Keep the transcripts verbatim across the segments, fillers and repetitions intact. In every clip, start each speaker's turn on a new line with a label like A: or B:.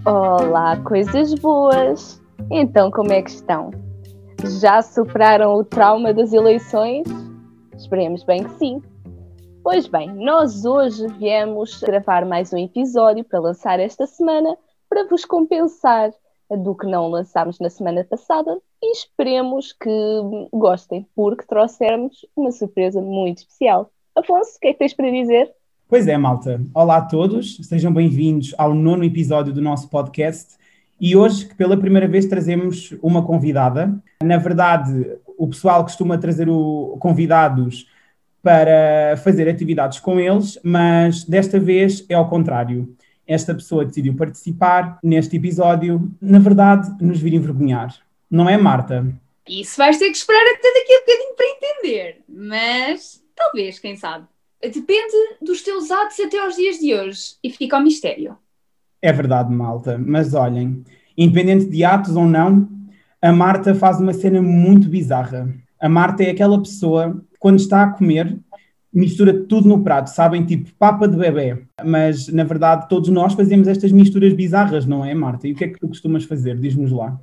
A: Olá, coisas boas! Então, como é que estão? Já superaram o trauma das eleições? Esperemos bem que sim. Pois bem, nós hoje viemos gravar mais um episódio para lançar esta semana para vos compensar do que não lançámos na semana passada e esperemos que gostem, porque trouxemos uma surpresa muito especial. Afonso, o que é que tens para dizer?
B: Pois é, malta. Olá a todos, sejam bem-vindos ao nono episódio do nosso podcast e hoje, que pela primeira vez trazemos uma convidada. Na verdade, o pessoal costuma trazer o, convidados para fazer atividades com eles, mas desta vez é ao contrário. Esta pessoa decidiu participar neste episódio, na verdade, nos vir envergonhar. Não é, Marta?
C: Isso vais ter que esperar até daqui a bocadinho para entender, mas talvez, quem sabe. Depende dos teus atos até aos dias de hoje e fica ao mistério.
B: É verdade, malta, mas olhem, independente de atos ou não, a Marta faz uma cena muito bizarra. A Marta é aquela pessoa, quando está a comer, mistura tudo no prato, sabem, tipo papa de bebê. Mas, na verdade, todos nós fazemos estas misturas bizarras, não é, Marta? E o que é que tu costumas fazer? Diz-nos lá.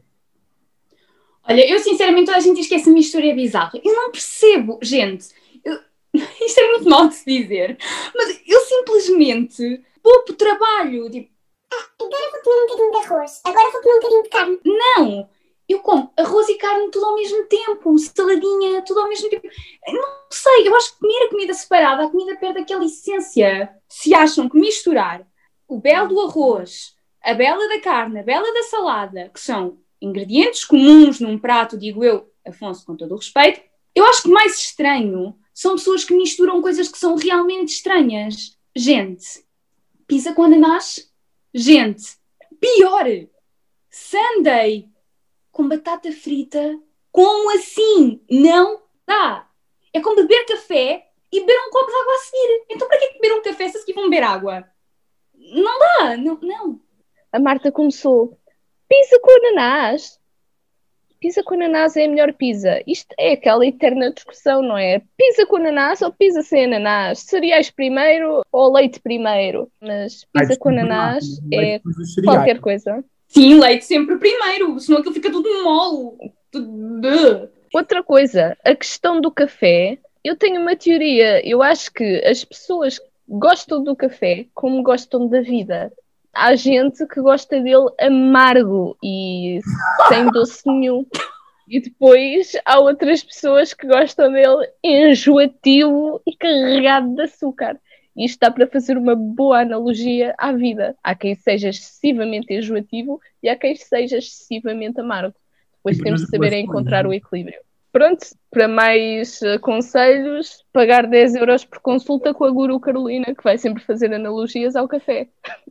C: Olha, eu sinceramente toda a gente diz que essa mistura é bizarra. Eu não percebo, gente. Eu... Isto é muito mal de se dizer, mas eu simplesmente vou para o trabalho, tipo...
D: Ah, agora vou comer um bocadinho de arroz, agora vou comer um bocadinho de carne.
C: Não! Eu como arroz e carne tudo ao mesmo tempo, saladinha, tudo ao mesmo tempo. Não sei, eu acho que comer a comida separada, a comida perde aquela essência. Se acham que misturar o belo do arroz, a bela da carne, a bela da salada, que são ingredientes comuns num prato, digo eu, Afonso, com todo o respeito, eu acho que mais estranho são pessoas que misturam coisas que são realmente estranhas. Gente, pizza com ananás? Gente, pior! Sundae com batata frita? Como assim? Não dá! É como beber café e beber um copo de água a seguir. Então para que beber um café se a seguir vão beber água? Não dá, não, não.
A: A Marta começou. Pizza com ananás? Pizza com ananás é a melhor pizza. Isto é aquela eterna discussão, não é? Pizza com ananás ou pizza sem ananás? Cereais primeiro ou leite primeiro? Mas pizza
B: Ai,
A: com ananás é
B: leite,
A: qualquer coisa.
C: Sim, leite sempre primeiro, senão aquilo fica tudo mole. Tudo...
A: Outra coisa, a questão do café. Eu tenho uma teoria. Eu acho que as pessoas gostam do café como gostam da vida. Há gente que gosta dele amargo e sem doce nenhum. E depois há outras pessoas que gostam dele enjoativo e carregado de açúcar. Isto dá para fazer uma boa analogia à vida. Há quem seja excessivamente enjoativo e há quem seja excessivamente amargo. Depois
B: Tipo,
A: temos de saber encontrar
B: né?
A: o equilíbrio. Pronto, para mais uh, conselhos, pagar dez euros por consulta com a Guru Carolina, que vai sempre fazer analogias ao café.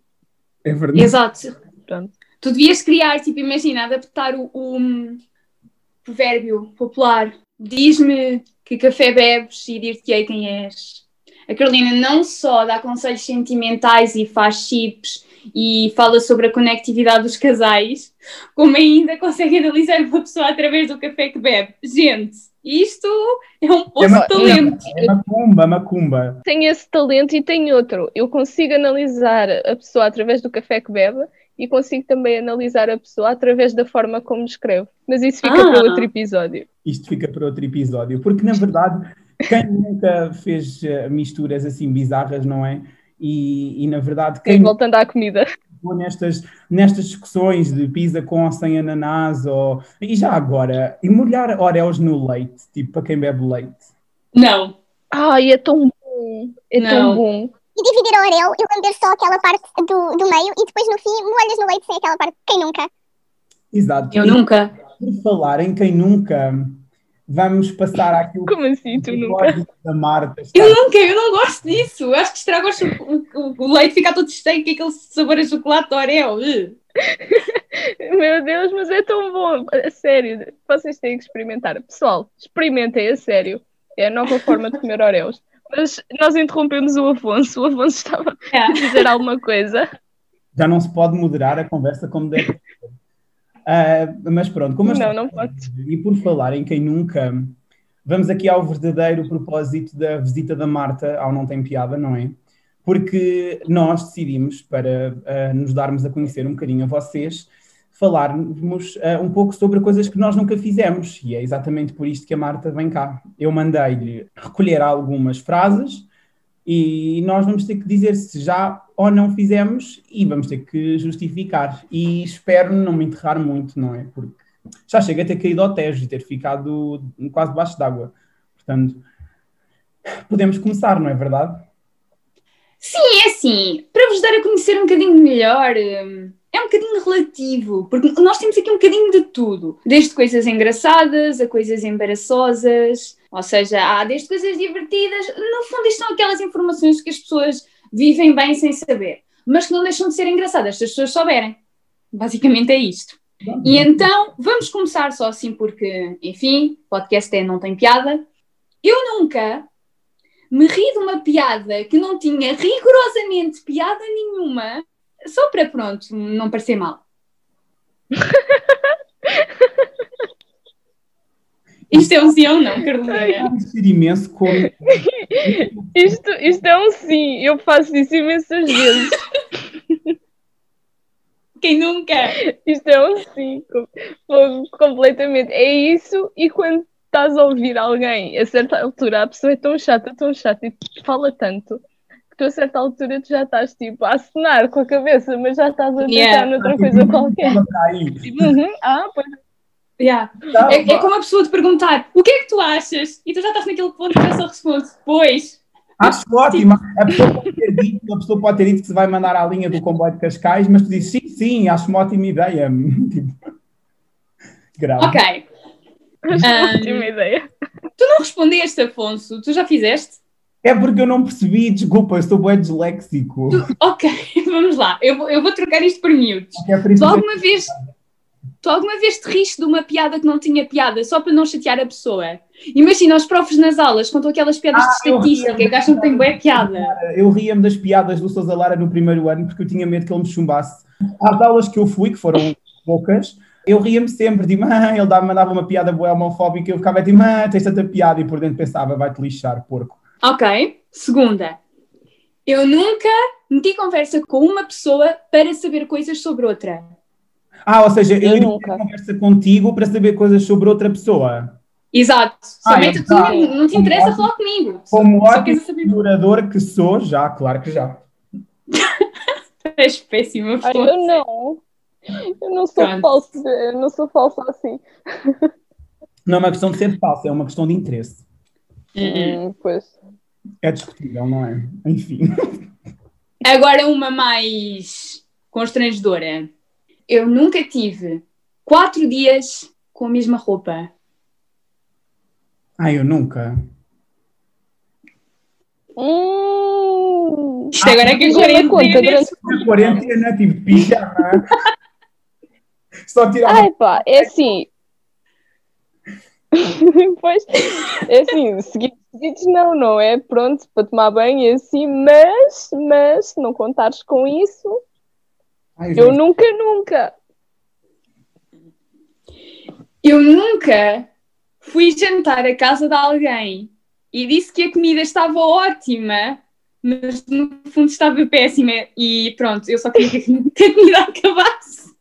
B: É verdade.
C: Exato.
A: Pronto.
C: Tu devias criar, tipo, imagina, adaptar o, o um, provérbio popular. Diz-me que café bebes e dir-te-ei quem és. A Carolina não só dá conselhos sentimentais e faz chips e fala sobre a conectividade dos casais, como ainda consegue analisar uma pessoa através do café que bebe. Gente, isto é um poço de talento.
B: É macumba, macumba.
A: Tenho esse talento e tenho outro. Eu consigo analisar a pessoa através do café que bebe e consigo também analisar a pessoa através da forma como escreve. Mas isso fica
C: Ah.
A: para outro episódio.
B: Isto fica para outro episódio, porque na verdade, quem nunca fez uh, misturas assim bizarras, não é? E, e na verdade, quem
A: Sim, voltando à comida.
B: Nestas, nestas discussões de pizza com ou sem ananás, ou... e já agora, e molhar Oreos no leite, tipo, para quem bebe leite.
C: Não.
A: Ai, é tão bom. É
C: Não.
A: tão bom.
D: E dividir a Oreo e lamber só aquela parte do, do meio e depois no fim molhas no leite sem aquela parte. Quem nunca?
B: Exato.
C: Eu
B: e,
C: nunca.
B: Por falar em quem nunca, vamos passar àquilo
A: Como assim, tu nunca?
B: da Marta.
C: Eu nunca, eu não gosto disso. Eu acho que estraga o, cho- o, o leite, fica todo cheio, que aquele sabor a chocolate de Oreo. Uh.
A: Meu Deus, mas é tão bom. A sério, vocês têm que experimentar. Pessoal, experimentem, a sério. É a nova forma de comer Oreos. Mas nós interrompemos o Afonso. O Afonso estava a dizer alguma coisa.
B: Já não se pode moderar a conversa como deve ser. Uh, mas pronto, como eu
A: Não,
B: estava
A: não
B: a
A: pode.
B: dizer, e por falar em quem nunca, vamos aqui ao verdadeiro propósito da visita da Marta ao Não Tem Piada, não é? porque nós decidimos, para uh, nos darmos a conhecer um bocadinho a vocês, falarmos uh, um pouco sobre coisas que nós nunca fizemos, e é exatamente por isto que a Marta vem cá. Eu mandei-lhe recolher algumas frases e nós vamos ter que dizer se já ou não fizemos e vamos ter que justificar. E espero não me enterrar muito, não é? Porque já chega a ter caído ao Tejo e ter ficado quase debaixo d'água. Portanto, podemos começar, não é verdade?
C: Sim, é assim. Para vos dar a conhecer um bocadinho melhor, é um bocadinho relativo, porque nós temos aqui um bocadinho de tudo. Desde coisas engraçadas a coisas embaraçosas, ou seja, há desde coisas divertidas. No fundo, isto são aquelas informações que as pessoas vivem bem sem saber, mas que não deixam de ser engraçadas se as pessoas souberem. Basicamente é isto. E então, vamos começar só assim porque, enfim, podcast é não tem piada. Eu nunca me ri de uma piada que não tinha rigorosamente piada nenhuma, só para, pronto, não parecer mal. Isto é um sim ou não, Carolina?
B: imenso como...
A: isto, isto é um sim, eu faço isso imensas vezes.
C: Quem nunca?
A: Isto é um sim, com, completamente. É isso, e quando estás a ouvir alguém, a certa altura, a pessoa é tão chata, tão chata, e te fala tanto, que tu a certa altura tu já estás tipo a acenar com a cabeça, mas já estás a pensar
C: Yeah.
A: noutra coisa qualquer. Tipo, uhum, ah, pois.
C: Yeah. É, é como a pessoa te perguntar o que é que tu achas? E tu já estás naquele ponto que já só respondes, pois.
B: Acho ótimo. A pessoa pode ter dito, a pessoa pode ter dito que se vai mandar à linha do comboio de Cascais, mas tu dizes sim, sim, acho uma ótima ideia. Tipo, grave.
C: Ok.
A: Acho uma
C: Um,
A: ótima ideia.
C: Tu não respondeste, Afonso. Tu já fizeste?
B: É porque eu não percebi, desculpa, eu estou bué disléxico.
C: Tu- ok, vamos lá. Eu vou, eu vou trocar isto por miúdos.
B: É por isso
C: Tu
B: que-
C: alguma vez, tu alguma vez te riste de uma piada que não tinha piada só para não chatear a pessoa? Imagina, os profs nas aulas contam aquelas piadas
B: Ah,
C: de
B: eu
C: estatística
B: ria-me
C: que acham que têm bué piada.
B: Eu ria-me das piadas do Sousa Lara no primeiro ano porque eu tinha medo que ele me chumbasse. Às aulas que eu fui, que foram poucas, eu ria-me sempre, tipo, ah, ele dava- mandava uma piada bué homofóbica e eu ficava tipo, ah, tens tanta piada, e por dentro pensava, vai-te lixar, porco.
C: Ok, segunda. Eu nunca meti conversa com uma pessoa para saber coisas sobre outra.
B: Ah, ou seja, eu,
A: Eu
B: ia
A: nunca.
B: ter conversa contigo para saber coisas sobre outra pessoa.
C: Exato.
B: Ah,
C: Somente
B: é
C: tu não,
B: verdade.
C: não te interessa falar comigo. Só-
B: Como
C: só
B: ótimo
C: queres saber.
B: explorador que sou, já, claro que já.
C: És péssima,
A: Ai,
C: Afonso.
A: eu não. Eu não sou
C: Pronto.
A: falsa, eu não sou falsa assim.
B: Não é uma questão de ser falso, é uma questão de interesse.
C: Uhum.
A: Hum, pois.
B: É discutível, não é? Enfim.
C: Agora uma mais constrangedora. Eu nunca tive quatro dias com a mesma roupa.
B: Ah, eu nunca.
A: Hum,
C: Isto agora é que a
A: Pijama conta
C: quarentena...
A: durante-
B: Na quarentena, tipo, pijama. Só tirava.
A: Ai pá, é assim. Pois, é assim, seguidos, seguidos não, não é? Pronto, para tomar banho e assim, mas, mas, se não contares com isso,
B: Ai,
A: eu
B: gente,
A: nunca, nunca.
C: Eu nunca fui jantar à casa de alguém e disse que a comida estava ótima, mas no fundo estava péssima e pronto, eu só queria que a comida acabasse.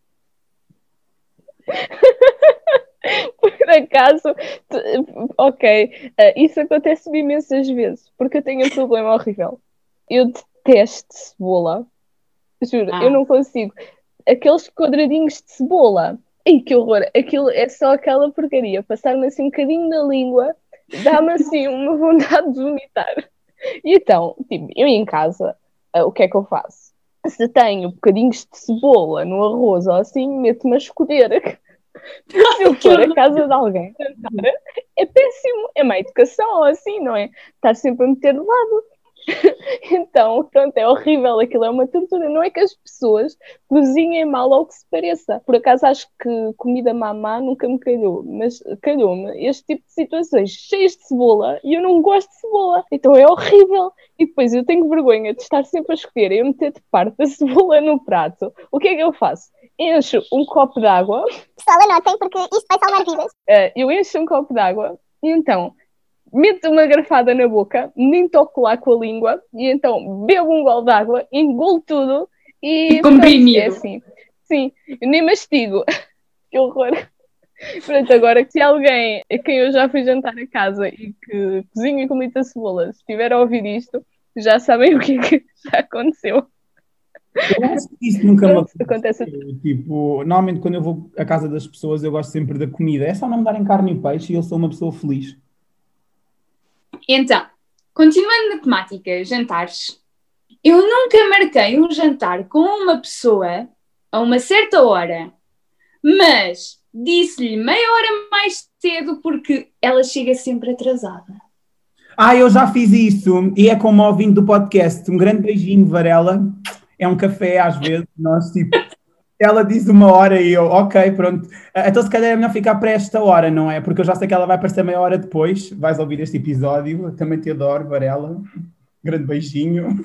A: Por acaso, tu- ok, eh, isso acontece-me imensas vezes, porque eu tenho um problema horrível. Eu detesto cebola, juro,
C: Ah.
A: eu não consigo. Aqueles quadradinhos de cebola, ai que horror, aquilo é só aquela porcaria. Passar-me assim um bocadinho na língua, dá-me assim uma vontade de vomitar. E então, tipo, eu em casa, eh, o que é que eu faço? Se tenho bocadinhos de cebola no arroz ou assim, meto-me a escolher. Se eu for à casa de alguém jantar, é péssimo, é má educação ou assim, não é? Estar sempre a meter de lado. Então, pronto, é horrível, aquilo é uma tortura. Não é que as pessoas cozinhem mal ao que se pareça. Por acaso acho que comida mamá nunca me calhou, mas calhou-me este tipo de situações cheias de cebola e eu não gosto de cebola. Então é horrível. E depois eu tenho vergonha de estar sempre a escolher e eu meter de parte a cebola no prato. O que é que eu faço? Encho um copo de água.
D: Pessoal, anotem, porque isto vai salvar vidas.
A: Uh, eu encho um copo de água e então meto uma garfada na boca, nem toco lá com a língua, e então bebo um gole de água, engulo tudo e...
C: E comprimido.
A: É assim. Sim, eu nem mastigo. Que horror. Pronto, agora que se alguém a quem eu já fui jantar a casa e que cozinha com muita cebola, se estiver a ouvir isto, já sabem o que é que já aconteceu.
B: Eu acho que isso nunca me
A: Pronto, acontece.
B: aconteceu. Tipo, normalmente quando eu vou à casa das pessoas, eu gosto sempre da comida. É só não me darem carne e peixe e eu sou uma pessoa feliz.
C: Então, continuando na temática jantares, eu nunca marquei um jantar com uma pessoa a uma certa hora, mas disse-lhe meia hora mais cedo porque ela chega sempre atrasada.
B: Ah, eu já fiz isso e é como ouvinte do podcast. Um grande beijinho, Varela. É um café às vezes. Nós, tipo, ela diz uma hora e eu, ok, pronto. Então se calhar é melhor ficar para esta hora, não é? Porque eu já sei que ela vai aparecer meia hora depois. Vais ouvir este episódio. Eu também te adoro, Varela. Grande beijinho.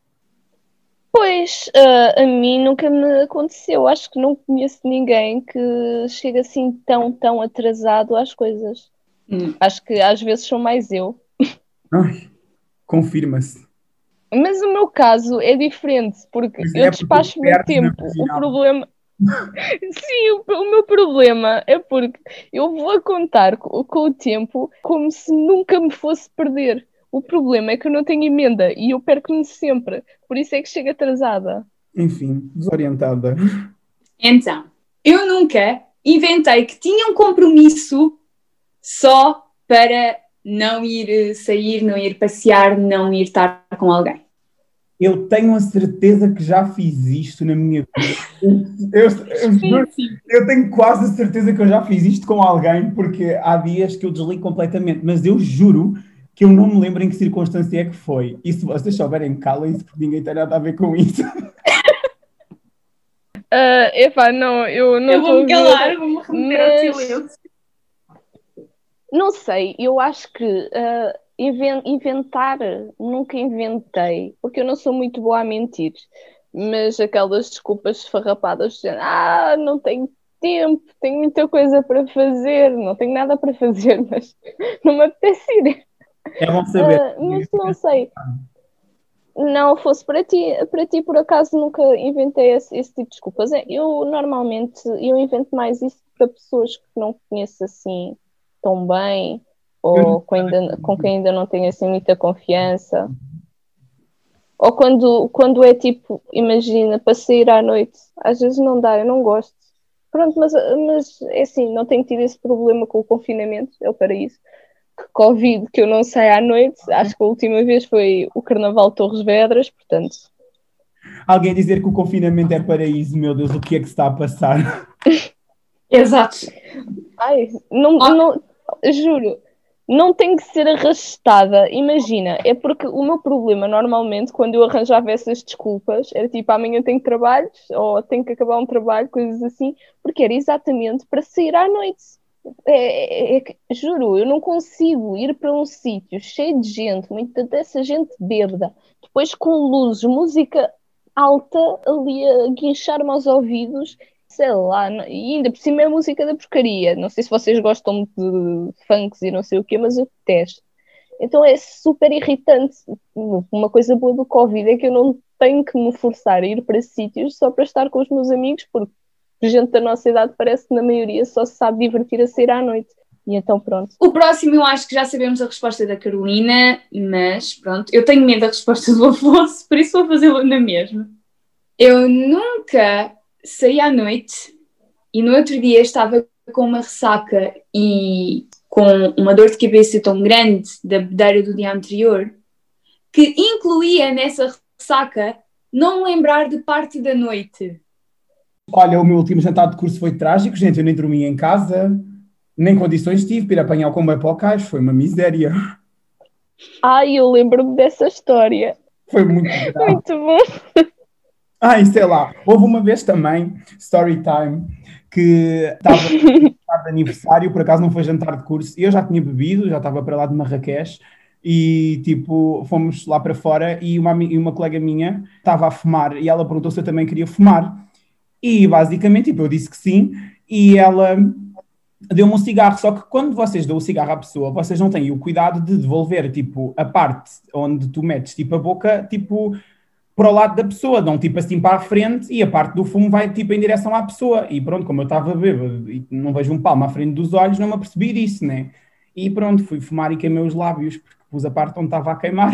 A: Pois, uh, a mim nunca me aconteceu. Acho que não conheço ninguém que chega assim tão, tão atrasado às coisas.
C: Hum.
A: Acho que às vezes sou mais eu.
B: Ai, confirma-se.
A: Mas o meu caso é diferente, porque
B: Pois
A: eu
B: é, porque
A: despacho o meu
B: perdes na
A: tempo. O
B: marginal.
A: problema... Sim, o, o meu problema é porque eu vou a contar com, com o tempo como se nunca me fosse perder. O problema é que eu não tenho emenda e eu perco-me sempre. Por isso é que chego atrasada.
B: Enfim, desorientada.
C: Então, eu nunca inventei que tinha um compromisso só para não ir sair, não ir passear, não ir estar com alguém.
B: Eu tenho a certeza que já fiz isto na minha vida. Eu, eu, juro, eu tenho quase a certeza que eu já fiz isto com alguém, porque há dias que eu desligo completamente, mas eu juro que eu não me lembro em que circunstância é que foi. E se vocês souberem, calem-se, porque ninguém tem nada a ver com isso.
A: Uh, epá, não, eu não
C: eu
A: estou
C: vou-me calar, vou-me remeter
A: mas...
C: ao silêncio.
A: Não sei, eu acho que uh, inven- inventar nunca inventei, porque eu não sou muito boa a mentir, mas aquelas desculpas esfarrapadas, de, ah, não tenho tempo, tenho muita coisa para fazer, não tenho nada para fazer, mas não me apetece ir.
B: É bom saber.
A: Uh, mas não sei, não fosse para ti, para ti por acaso nunca inventei esse, esse tipo de desculpas. Eu normalmente, eu invento mais isso para pessoas que não conheço assim tão bem, ou com, ainda, com quem ainda não tenho assim muita confiança. Ou quando, quando é tipo, imagina, para sair à noite, às vezes não dá, eu não gosto. Pronto, mas, mas é assim, não tenho tido esse problema com o confinamento, é o paraíso. Covid, que eu não saio à noite, acho que a última vez foi o Carnaval de Torres Vedras, portanto...
B: Alguém dizer que o confinamento é paraíso, meu Deus, o que é que se está a passar?
C: Exato.
A: Ai, não,
C: Oh.
A: não, juro, não tem que ser arrastada. Imagina, é porque o meu problema normalmente, quando eu arranjava essas desculpas, era tipo, amanhã tenho trabalhos, ou tenho que acabar um trabalho, coisas assim, porque era exatamente para sair à noite. É, é, é, juro, eu não consigo ir para um sítio cheio de gente, muita dessa gente bêbada, depois com luzes, música alta ali a guinchar-me aos ouvidos, sei lá, não, e ainda por cima é a música da porcaria. Não sei se vocês gostam de funks e não sei o quê, mas eu detesto. Então é super irritante. Uma coisa boa do Covid é que eu não tenho que me forçar a ir para sítios só para estar com os meus amigos, porque gente da nossa idade parece que na maioria só se sabe divertir a sair à noite. E então pronto.
C: O próximo eu acho que já sabemos a resposta da Carolina, mas pronto, eu tenho medo da resposta do Afonso, por isso vou fazê-lo na mesma. Eu nunca saí à noite e no outro dia estava com uma ressaca e com uma dor de cabeça tão grande da bebedeira do dia anterior que incluía nessa ressaca não lembrar de parte da noite.
B: Olha, o meu último jantar de curso foi trágico, gente, eu nem dormi em casa, nem condições tive para ir apanhar o comboio para o cais, foi uma miséria.
A: Ai, eu lembro-me dessa história.
B: Foi muito grave.
A: Muito bom.
B: Ai, sei lá, houve uma vez também, story time, que estava de aniversário, por acaso não foi jantar de curso, eu já tinha bebido, já estava para lá de Marrakech, e tipo, fomos lá para fora e uma, e uma colega minha estava a fumar e ela perguntou se eu também queria fumar. E basicamente, tipo, eu disse que sim, e ela deu-me um cigarro, só que quando vocês dão o cigarro à pessoa, vocês não têm o cuidado de devolver, tipo, a parte onde tu metes, tipo, a boca, tipo, para o lado da pessoa, dão, tipo, assim para a frente e a parte do fumo vai, tipo, em direção à pessoa. E pronto, como eu estava bêbado e não vejo um palmo à frente dos olhos, não me apercebi disso, né? E pronto, fui fumar e queimei os lábios, porque pus a parte onde estava a queimar.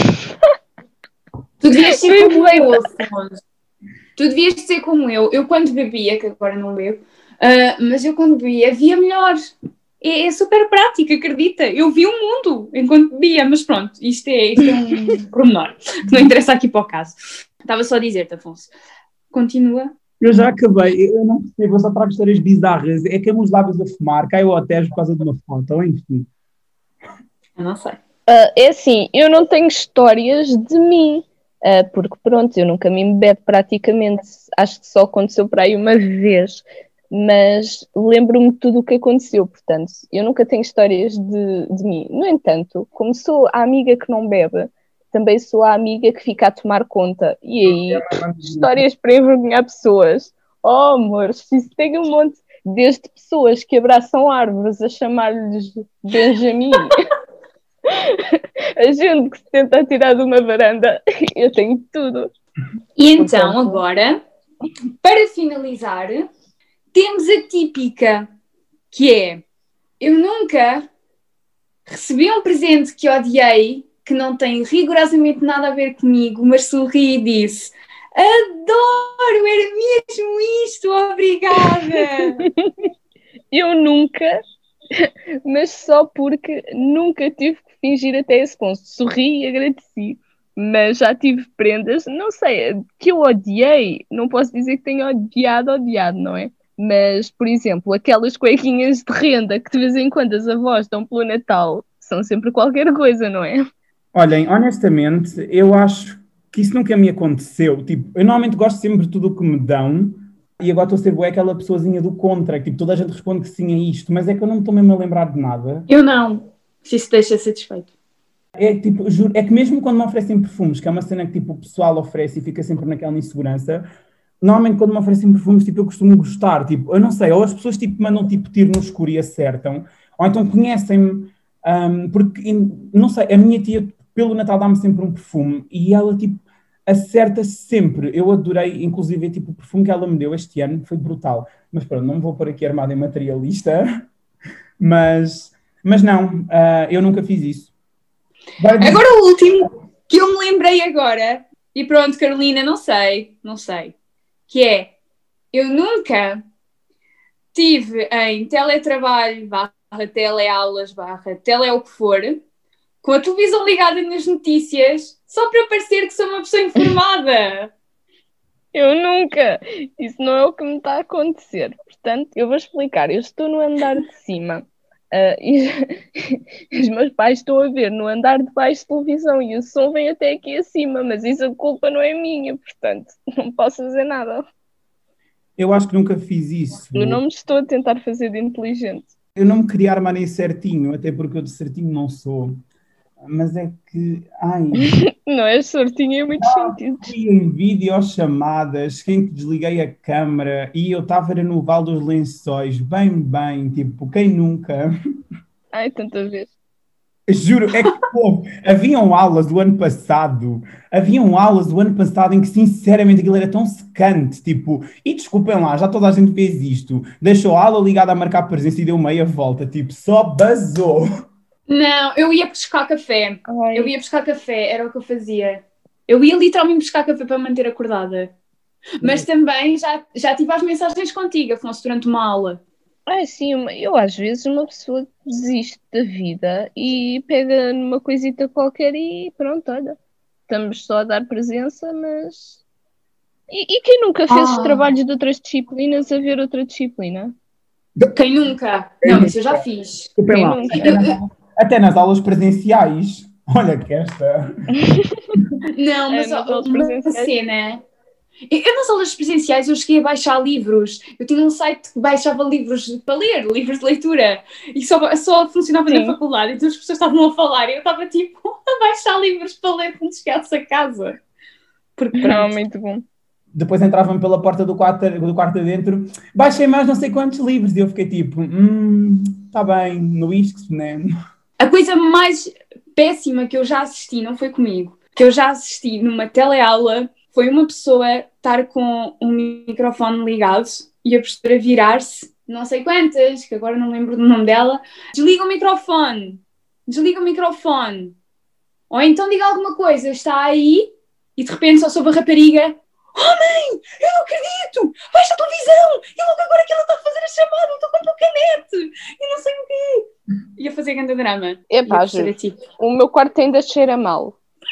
C: Tu devias ser como eu, Afonso. Tu devias ser como eu. Eu quando bebia, que agora não bebo, uh, mas eu quando bebia, via melhor. É, é super prático, acredita. Eu vi o mundo enquanto bebia, mas pronto, isto é, isto é um pormenor que não interessa aqui para o caso. Estava só a dizer-te, Afonso. Continua.
B: Eu já acabei, eu não percebo, eu só trago histórias bizarras. É que os lábios a fumar, caiu ao tejo por causa de uma foto, ou enfim.
C: Eu não sei.
A: Uh, é assim, eu não tenho histórias de mim, uh, porque pronto, eu nunca me embedo praticamente, acho que só aconteceu para aí uma vez, mas lembro-me de tudo o que aconteceu, portanto, eu nunca tenho histórias de, de mim. No entanto, como sou a amiga que não bebe, também sou a amiga que fica a tomar conta, e aí, histórias para envergonhar pessoas. Oh amor, isso tem um monte, desde pessoas que abraçam árvores a chamar-lhes Benjamin, a gente que se tenta tirar de uma varanda, eu tenho tudo.
C: E então, agora, para finalizar, temos a típica, que é, eu nunca recebi um presente que odiei, que não tem rigorosamente nada a ver comigo, mas sorri e disse, adoro, era mesmo isto, obrigada.
A: Eu nunca, mas só porque nunca tive que fingir até esse ponto. Sorri e agradeci. Mas já tive prendas, não sei, que eu odiei. Não posso dizer que tenho odiado, odiado, não é? Mas, por exemplo, aquelas cuequinhas de renda que de vez em quando as avós dão pelo Natal, são sempre qualquer coisa, não é?
B: Olhem, honestamente, eu acho que isso nunca me aconteceu. Tipo, eu normalmente gosto sempre de tudo o que me dão, e agora estou a ser bué aquela pessoazinha do contra, que tipo, toda a gente responde que sim a isto, mas é que eu não me estou mesmo a lembrar de nada.
C: Eu não, se isso deixa satisfeito.
B: É, tipo, juro, é que mesmo quando me oferecem perfumes, que é uma cena que tipo, o pessoal oferece e fica sempre naquela insegurança, normalmente quando me oferecem perfumes, tipo, eu costumo gostar, tipo, eu não sei, ou as pessoas tipo, mandam tipo tiro no escuro e acertam, ou então conhecem-me, um, porque, não sei, a minha tia pelo Natal dá-me sempre um perfume e ela tipo acerta sempre. Eu adorei, inclusive, tipo, o perfume que ela me deu este ano, foi brutal. Mas pronto, não me vou pôr aqui armado em materialista, mas, mas não, uh, eu nunca fiz isso.
C: Agora o último, que eu me lembrei agora, e pronto, Carolina, não sei, não sei, que é, eu nunca tive em teletrabalho, barra teleaulas, barra tele o que for, com a televisão ligada nas notícias, só para parecer que sou uma pessoa informada.
A: Eu nunca. Isso não é o que me está a acontecer. Portanto, eu vou explicar. Eu estou no andar de cima. Uh, e os meus pais estão a ver no andar de baixo de televisão e o som vem até aqui acima, mas isso a culpa não é minha, portanto, não posso fazer nada.
B: Eu acho que nunca fiz isso.
A: Eu não me estou a tentar fazer de inteligente.
B: Eu não me queria armar nem certinho, até porque eu de certinho não sou. Mas é que, ai...
A: Não és certinho em muitos
B: ah,
A: sentidos.
B: fui em videochamadas, quem que desliguei a câmara e eu estava no Val dos Lençóis, bem, bem, tipo, quem nunca?
A: Ai, tanta vez.
B: Juro, é que, pô, haviam aulas do ano passado, haviam aulas do ano passado em que, sinceramente, aquilo era tão secante, tipo, e desculpem lá, já toda a gente fez isto, deixou a aula ligada a marcar presença e deu meia volta, tipo, só basou.
C: Não, eu ia buscar café. Ai. Eu ia buscar café, era o que eu fazia. Eu ia literalmente buscar café para me manter acordada. Mas também já, já tive as mensagens contigo, Afonso, durante uma aula.
A: Ah, sim, eu às vezes uma pessoa desiste da vida e pega numa coisita qualquer e pronto, olha, estamos só a dar presença, mas... E, e quem nunca fez ah. os trabalhos de outras disciplinas a ver outra disciplina?
C: Quem nunca? Não, isso eu já fiz.
B: Quem nunca? Até nas, até nas aulas presenciais. Olha que esta...
C: Não, mas é, uma cena... Eu nas aulas presenciais eu cheguei a baixar livros. Eu tinha um site que baixava livros para ler, livros de leitura. E só, só funcionava Sim. na faculdade. Então as pessoas estavam a falar e eu estava tipo a baixar livros para ler quando chegasse a casa.
A: Porque não, muito bom.
B: depois entravam pela porta do quarto, do quarto adentro, baixei mais não sei quantos livros, e eu fiquei tipo, hum, está bem, no isque, né?
C: A coisa mais péssima que eu já assisti, não foi comigo, que eu já assisti numa teleaula, foi uma pessoa estar com um microfone ligado e a professora virar-se, não sei quantas, que agora não lembro do nome dela, desliga o microfone, desliga o microfone, ou então diga alguma coisa, está aí, e de repente só soube a rapariga, oh mãe, eu não acredito, baixa a televisão, e logo agora que ela está a fazer a chamada, eu estou com a canete, e não sei o quê. Ia fazer grande drama.
A: Epá, juro, tipo... o meu quarto ainda cheira mal.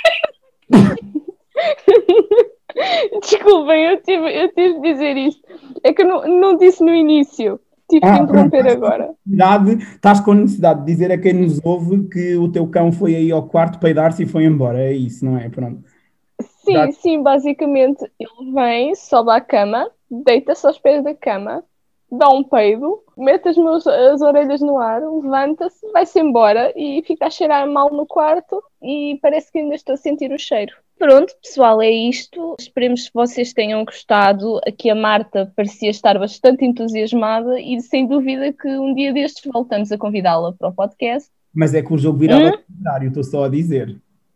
A: Desculpem, eu tive, eu tive de dizer isto. É que eu não, não disse no início. Tive ah, que interromper pronto, agora.
B: Estás com necessidade de dizer a quem nos ouve que o teu cão foi aí ao quarto peidar-se e foi embora. É isso, não é? Pronto.
A: Sim,
B: Já...
A: sim, basicamente ele vem, sobe à cama, deita-se aos pés da cama, dá um peido, mete as, meus, as orelhas no ar, levanta-se, vai-se embora e fica a cheirar mal no quarto e parece que ainda estou a sentir o cheiro. Pronto, pessoal, é isto. Esperemos que vocês tenham gostado. Aqui a Marta parecia estar bastante entusiasmada e sem dúvida que um dia destes voltamos a convidá-la para o podcast.
B: Mas é que o jogo virava hum? ao contrário, estou só a dizer.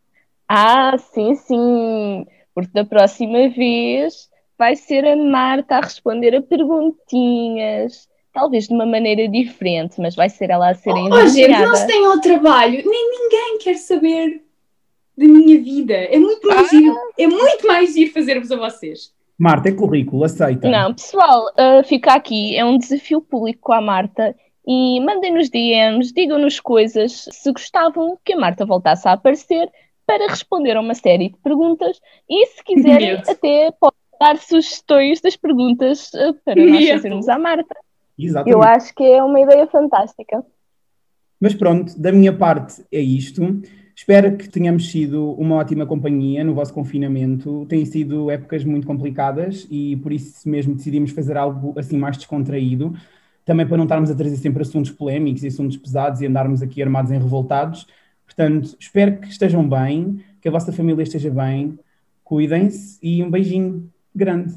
A: Ah, sim, sim, porque da próxima vez vai ser a Marta a responder a perguntinhas, talvez de uma maneira diferente, mas vai ser ela a ser enviada.
C: Oh, gente, não se tem ao trabalho, nem ninguém quer saber da minha vida. É muito mais ah. giro, é muito mais giro fazer-vos a vocês.
B: Marta, é currículo, aceita.
A: Não, pessoal, uh, fica aqui, é um desafio público com a Marta e mandem-nos D Ms, digam-nos coisas, se gostavam que a Marta voltasse a aparecer para responder a uma série de perguntas e se quiserem até podem dar sugestões das perguntas uh, para nós Medo. fazermos à Marta.
B: Exatamente.
A: Eu acho que é uma ideia fantástica.
B: Mas pronto, da minha parte é isto. Espero que tenhamos sido uma ótima companhia no vosso confinamento. Têm sido épocas muito complicadas e por isso mesmo decidimos fazer algo assim mais descontraído, também para não estarmos a trazer sempre assuntos polémicos e assuntos pesados e andarmos aqui armados em revoltados. Portanto, espero que estejam bem, que a vossa família esteja bem, cuidem-se e um beijinho grande.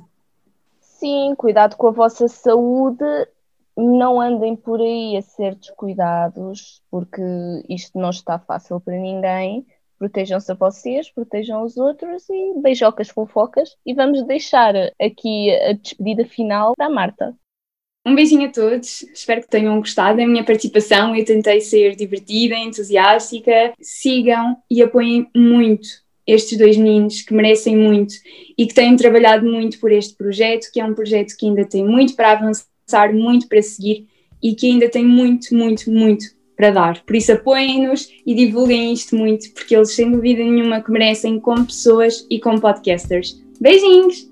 A: Sim, cuidado com a vossa saúde. Não andem por aí a ser descuidados, porque isto não está fácil para ninguém. Protejam-se a vocês, protejam os outros e beijocas fofocas. E vamos deixar aqui a despedida final da Marta.
C: Um beijinho a todos, espero que tenham gostado da minha participação. Eu tentei ser divertida, entusiástica. Sigam e apoiem muito estes dois meninos que merecem muito e que têm trabalhado muito por este projeto, que é um projeto que ainda tem muito para avançar, muito para seguir e que ainda tem muito, muito, muito para dar. Por isso apoiem-nos e divulguem isto muito, porque eles sem dúvida nenhuma que merecem como pessoas e como podcasters. Beijinhos!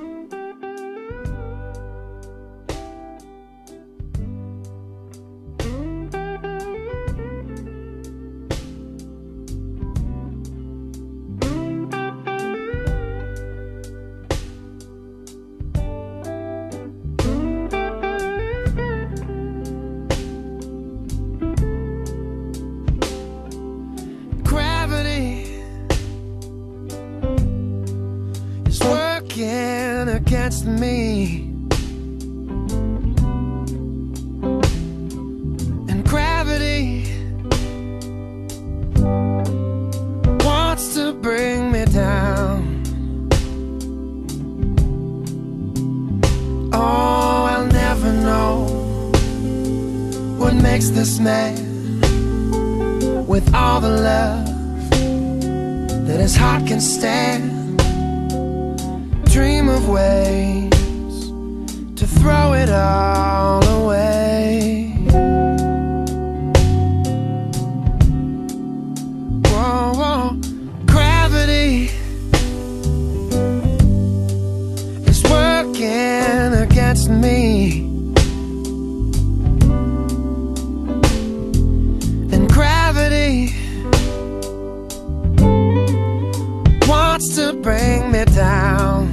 E: Against me, and gravity wants to bring me down. Oh, I'll never know what makes this man with all the love that his heart can stand. Dream of ways to throw it all away. Whoa, whoa. Gravity is working against me, and gravity wants to bring me down.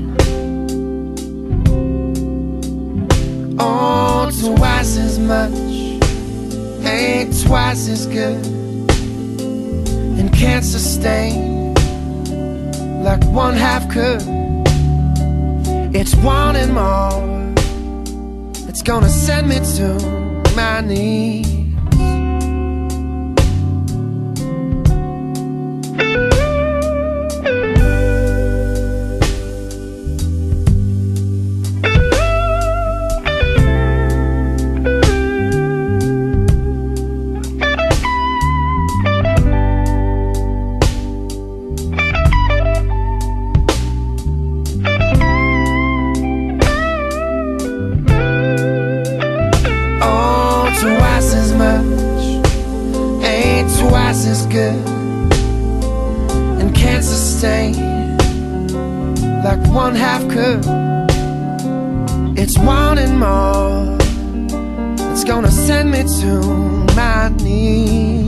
E: Oh, twice as much ain't twice as good, and can't sustain like one half could. It's wanting more. It's gonna send me to my knees. Is good and can't sustain like one half could. It's wanting more. It's gonna send me to my knees.